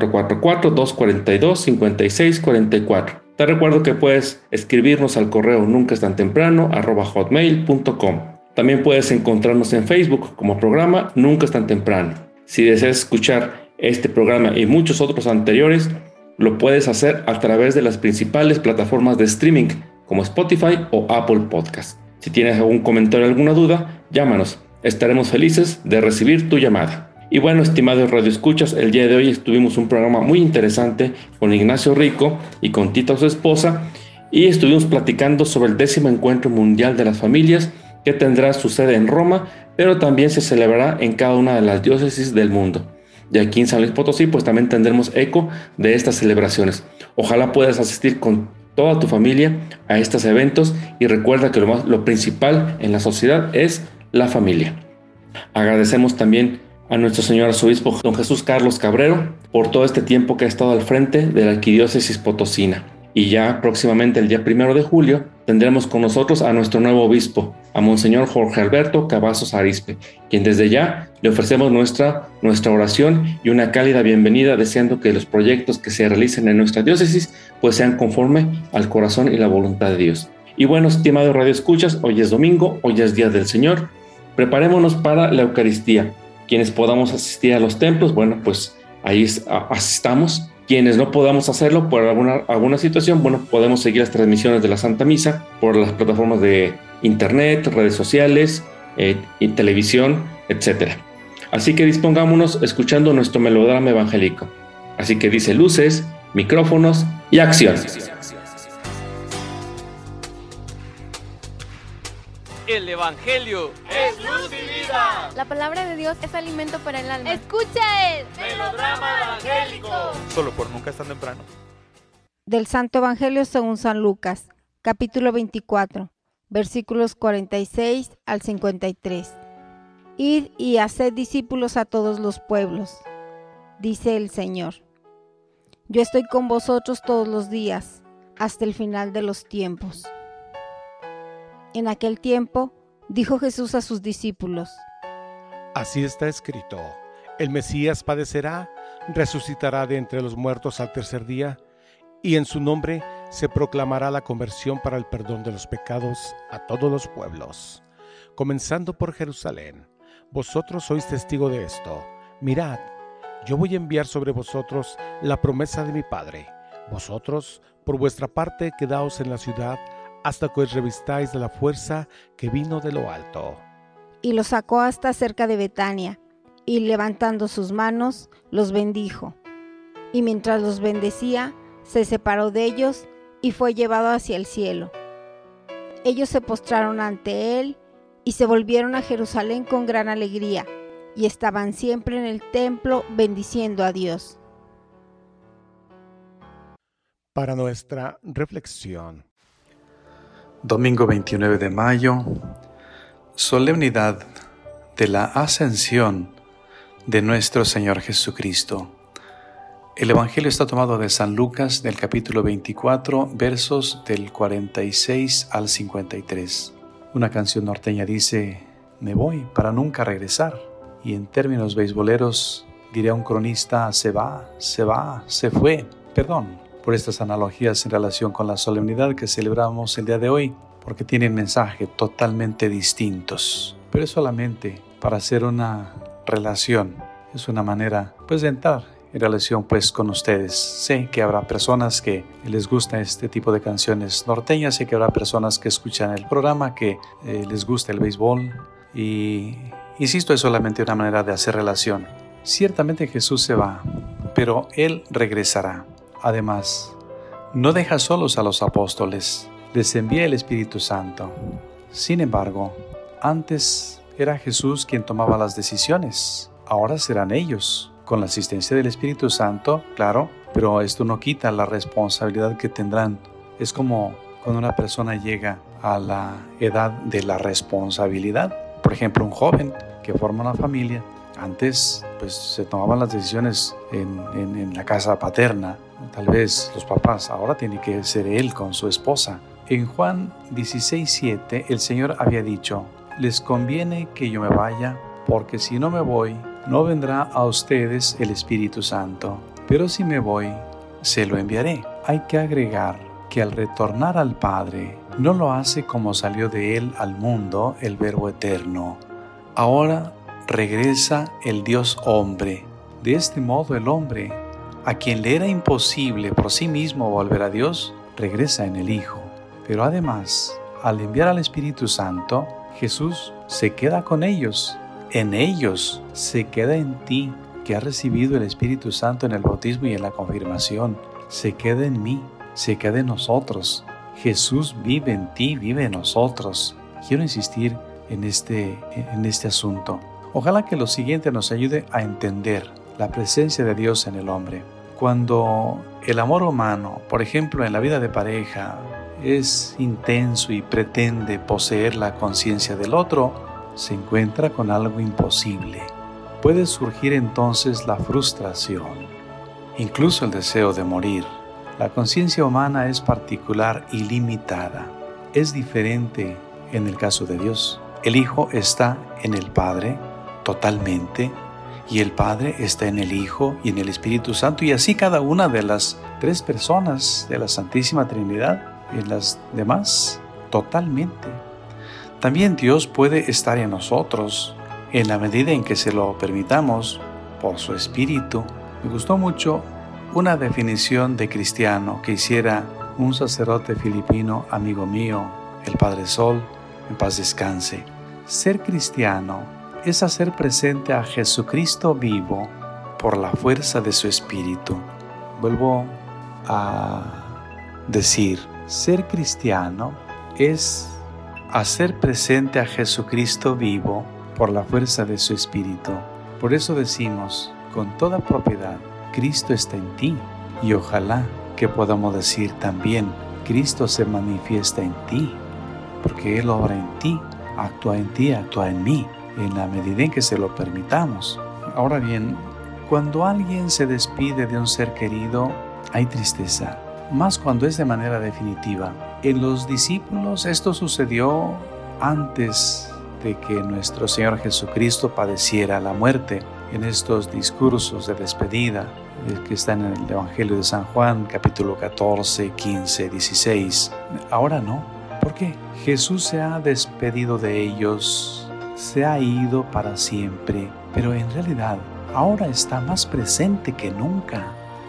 444-242-5644. Te recuerdo que puedes escribirnos al correo nuncaestantemprano@hotmail.com. También puedes encontrarnos en Facebook como programa Nunca es tan temprano. Si deseas escuchar este programa y muchos otros anteriores, lo puedes hacer a través de las principales plataformas de streaming como Spotify o Apple Podcast. Si tienes algún comentario o alguna duda, llámanos. Estaremos felices de recibir tu llamada. Y bueno, estimados radioescuchas, el día de hoy tuvimos un programa muy interesante con Ignacio Rico y con Tita, su esposa, y estuvimos platicando sobre el 10º Encuentro Mundial de las Familias, que tendrá su sede en Roma, pero también se celebrará en cada una de las diócesis del mundo. Y aquí en San Luis Potosí, pues también tendremos eco de estas celebraciones. Ojalá puedas asistir con toda tu familia a estos eventos y recuerda que lo principal en la sociedad es la familia. Agradecemos también a nuestro señor arzobispo don Jesús Carlos Cabrero por todo este tiempo que ha estado al frente de la arquidiócesis potosina. Y ya próximamente el día 1 de julio tendremos con nosotros a nuestro nuevo obispo, a Monseñor Jorge Alberto Cavazos Arizpe, quien desde ya le ofrecemos nuestra oración y una cálida bienvenida, deseando que los proyectos que se realicen en nuestra diócesis pues sean conforme al corazón y la voluntad de Dios. Y bueno, estimados radioescuchas, hoy es domingo, hoy es Día del Señor. Preparémonos para la Eucaristía. Quienes podamos asistir a los templos, bueno, pues ahí asistamos. Quienes no podamos hacerlo por alguna situación, bueno, podemos seguir las transmisiones de la Santa Misa por las plataformas de internet, redes sociales, y televisión, etc. Así que dispongámonos escuchando nuestro melodrama evangélico. Así que dice luces, micrófonos y acción. El Evangelio es luz y vida. La palabra de Dios es alimento para el alma. Escucha el melodrama evangélico. Solo por Nunca es tan temprano. Del Santo Evangelio según San Lucas, capítulo 24, versículos 46 al 53. Id y haced discípulos a todos los pueblos, dice el Señor. Yo estoy con vosotros todos los días, hasta el final de los tiempos. En aquel tiempo, dijo Jesús a sus discípulos: Así está escrito, el Mesías padecerá, resucitará de entre los muertos al tercer día, y en su nombre se proclamará la conversión para el perdón de los pecados a todos los pueblos, comenzando por Jerusalén. Vosotros sois testigo de esto. Mirad, yo voy a enviar sobre vosotros la promesa de mi Padre. Vosotros, por vuestra parte, quedaos en la ciudad hasta que os revistáis de la fuerza que vino de lo alto. Y los sacó hasta cerca de Betania, y levantando sus manos, los bendijo. Y mientras los bendecía, se separó de ellos y fue llevado hacia el cielo. Ellos se postraron ante él y se volvieron a Jerusalén con gran alegría, y estaban siempre en el templo bendiciendo a Dios. Para nuestra reflexión. Domingo 29 de mayo, solemnidad de la Ascensión de nuestro Señor Jesucristo. El Evangelio está tomado de San Lucas, del capítulo 24, versos del 46 al 53. Una canción norteña dice: me voy para nunca regresar. Y en términos beisboleros diría un cronista: se va, se fue. Perdón por estas analogías en relación con la solemnidad que celebramos el día de hoy, porque tienen mensajes totalmente distintos. Pero es solamente para hacer una relación, es una manera de entrar en relación con ustedes. Sé que habrá personas que les gusta este tipo de canciones norteñas, sé que habrá personas que escuchan el programa que les gusta el béisbol, y insisto, es solamente una manera de hacer relación. Ciertamente Jesús se va, pero Él regresará. Además, no deja solos a los apóstoles, les envía el Espíritu Santo. Sin embargo, antes era Jesús quien tomaba las decisiones, ahora serán ellos, con la asistencia del Espíritu Santo, claro, pero esto no quita la responsabilidad que tendrán. Es como cuando una persona llega a la edad de la responsabilidad. Por ejemplo, un joven que forma una familia, antes se tomaban las decisiones en la casa paterna, tal vez los papás, ahora tiene que ser él con su esposa. En Juan 16:7 el Señor había dicho: les conviene que yo me vaya, porque si no me voy, no vendrá a ustedes el Espíritu Santo, pero si me voy, se lo enviaré. Hay que agregar que al retornar al Padre, no lo hace como salió de Él al mundo el Verbo eterno. Ahora regresa el Dios hombre. De este modo el hombre, a quien le era imposible por sí mismo volver a Dios, regresa en el Hijo. Pero además, al enviar al Espíritu Santo, Jesús se queda con ellos. En ellos se queda en ti, que has recibido el Espíritu Santo en el bautismo y en la confirmación. Se queda en mí, se queda en nosotros. Jesús vive en ti, vive en nosotros. Quiero insistir en este asunto. Ojalá que lo siguiente nos ayude a entender la presencia de Dios en el hombre. Cuando el amor humano, por ejemplo en la vida de pareja, es intenso y pretende poseer la conciencia del otro, se encuentra con algo imposible. Puede surgir entonces la frustración, incluso el deseo de morir. La conciencia humana es particular y limitada. Es diferente en el caso de Dios. El Hijo está en el Padre totalmente, y el Padre está en el Hijo y en el Espíritu Santo, y así cada una de las tres personas de la Santísima Trinidad, y en las demás totalmente. También Dios puede estar en nosotros en la medida en que se lo permitamos por su Espíritu. Me gustó mucho una definición de cristiano que hiciera un sacerdote filipino, amigo mío, el Padre Sol, en paz descanse. Ser cristiano es hacer presente a Jesucristo vivo por la fuerza de su Espíritu. Vuelvo a decir, ser cristiano es hacer presente a Jesucristo vivo por la fuerza de su Espíritu. Por eso decimos con toda propiedad: Cristo está en ti. Y ojalá que podamos decir también: Cristo se manifiesta en ti, porque Él obra en ti, actúa en mí, en la medida en que se lo permitamos. Ahora bien, cuando alguien se despide de un ser querido, hay tristeza, más cuando es de manera definitiva. En los discípulos esto sucedió antes de que nuestro Señor Jesucristo padeciera la muerte. En estos discursos de despedida que están en el Evangelio de San Juan, capítulo 14, 15, 16. Ahora no. ¿Por qué? Jesús se ha despedido de ellos, se ha ido para siempre, pero en realidad ahora está más presente que nunca.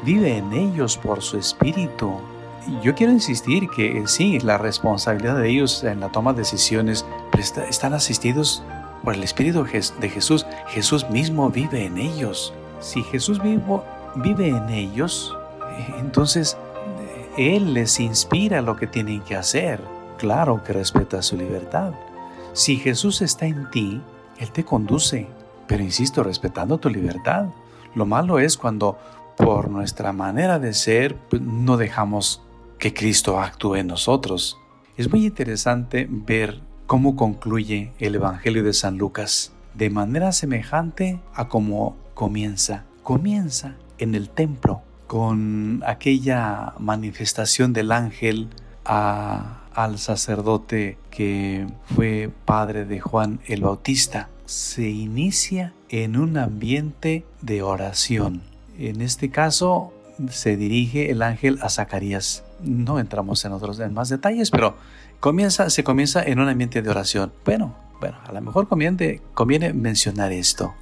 vive en ellos por su Espíritu. Yo quiero insistir que sí, la responsabilidad de ellos en la toma de decisiones, pero están asistidos por el Espíritu de Jesús. Jesús mismo vive en ellos. Si Jesús vive en ellos, entonces Él les inspira lo que tienen que hacer. Claro que respeta su libertad. Si Jesús está en ti, Él te conduce, pero insisto, respetando tu libertad. Lo malo es cuando por nuestra manera de ser no dejamos que Cristo actúe en nosotros. Es muy interesante ver cómo concluye el Evangelio de San Lucas, de manera semejante a cómo comienza. Comienza en el templo, con aquella manifestación del ángel al sacerdote que fue padre de Juan el Bautista. Se inicia en un ambiente de oración. En este caso se dirige el ángel a Zacarías. No entramos en más detalles, pero se comienza en un ambiente de oración. Bueno, a lo mejor conviene mencionar esto.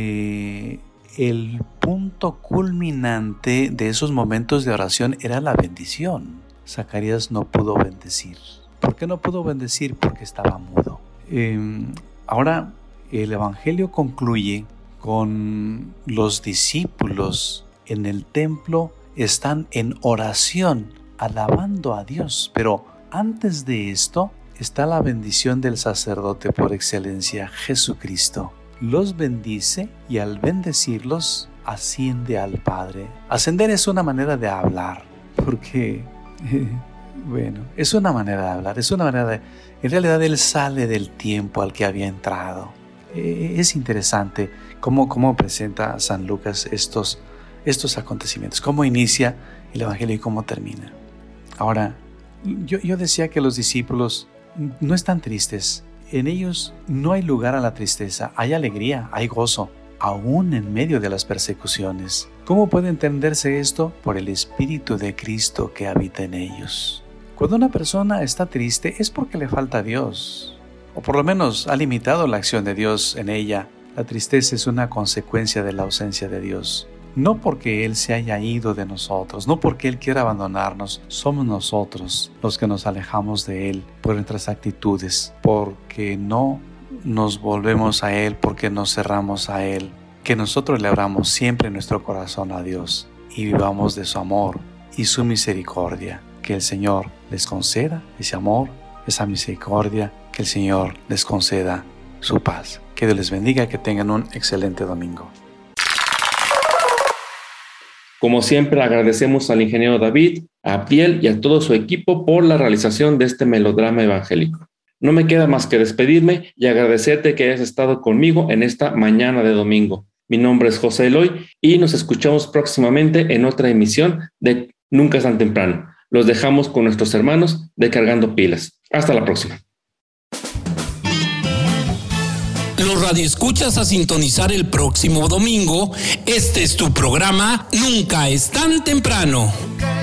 El punto culminante de esos momentos de oración era la bendición. Zacarías no pudo bendecir. ¿Por qué no pudo bendecir? Porque estaba mudo. Ahora, el Evangelio concluye con los discípulos en el templo, están en oración, alabando a Dios. Pero antes de esto está la bendición del sacerdote por excelencia, Jesucristo. Los bendice y al bendecirlos asciende al Padre. Ascender es una manera de hablar, porque, es una manera de hablar, en realidad Él sale del tiempo al que había entrado. Es interesante cómo presenta San Lucas estos acontecimientos, cómo inicia el Evangelio y cómo termina. Ahora, yo decía que los discípulos no están tristes. En ellos no hay lugar a la tristeza, hay alegría, hay gozo, aún en medio de las persecuciones. ¿Cómo puede entenderse esto? Por el Espíritu de Cristo que habita en ellos. Cuando una persona está triste es porque le falta a Dios, o por lo menos ha limitado la acción de Dios en ella. La tristeza es una consecuencia de la ausencia de Dios. No porque Él se haya ido de nosotros, no porque Él quiera abandonarnos, somos nosotros los que nos alejamos de Él por nuestras actitudes, porque no nos volvemos a Él, porque nos cerramos a Él. Que nosotros le abramos siempre nuestro corazón a Dios y vivamos de su amor y su misericordia. Que el Señor les conceda ese amor, esa misericordia, que el Señor les conceda su paz. Que Dios les bendiga, que tengan un excelente domingo. Como siempre, agradecemos al ingeniero David, a Abdiel y a todo su equipo por la realización de este melodrama evangélico. No me queda más que despedirme y agradecerte que hayas estado conmigo en esta mañana de domingo. Mi nombre es José Eloy y nos escuchamos próximamente en otra emisión de Nunca es tan temprano. Los dejamos con nuestros hermanos de Cargando Pilas. Hasta la próxima. Los radioescuchas a sintonizar el próximo domingo. Este es tu programa Nunca es tan temprano.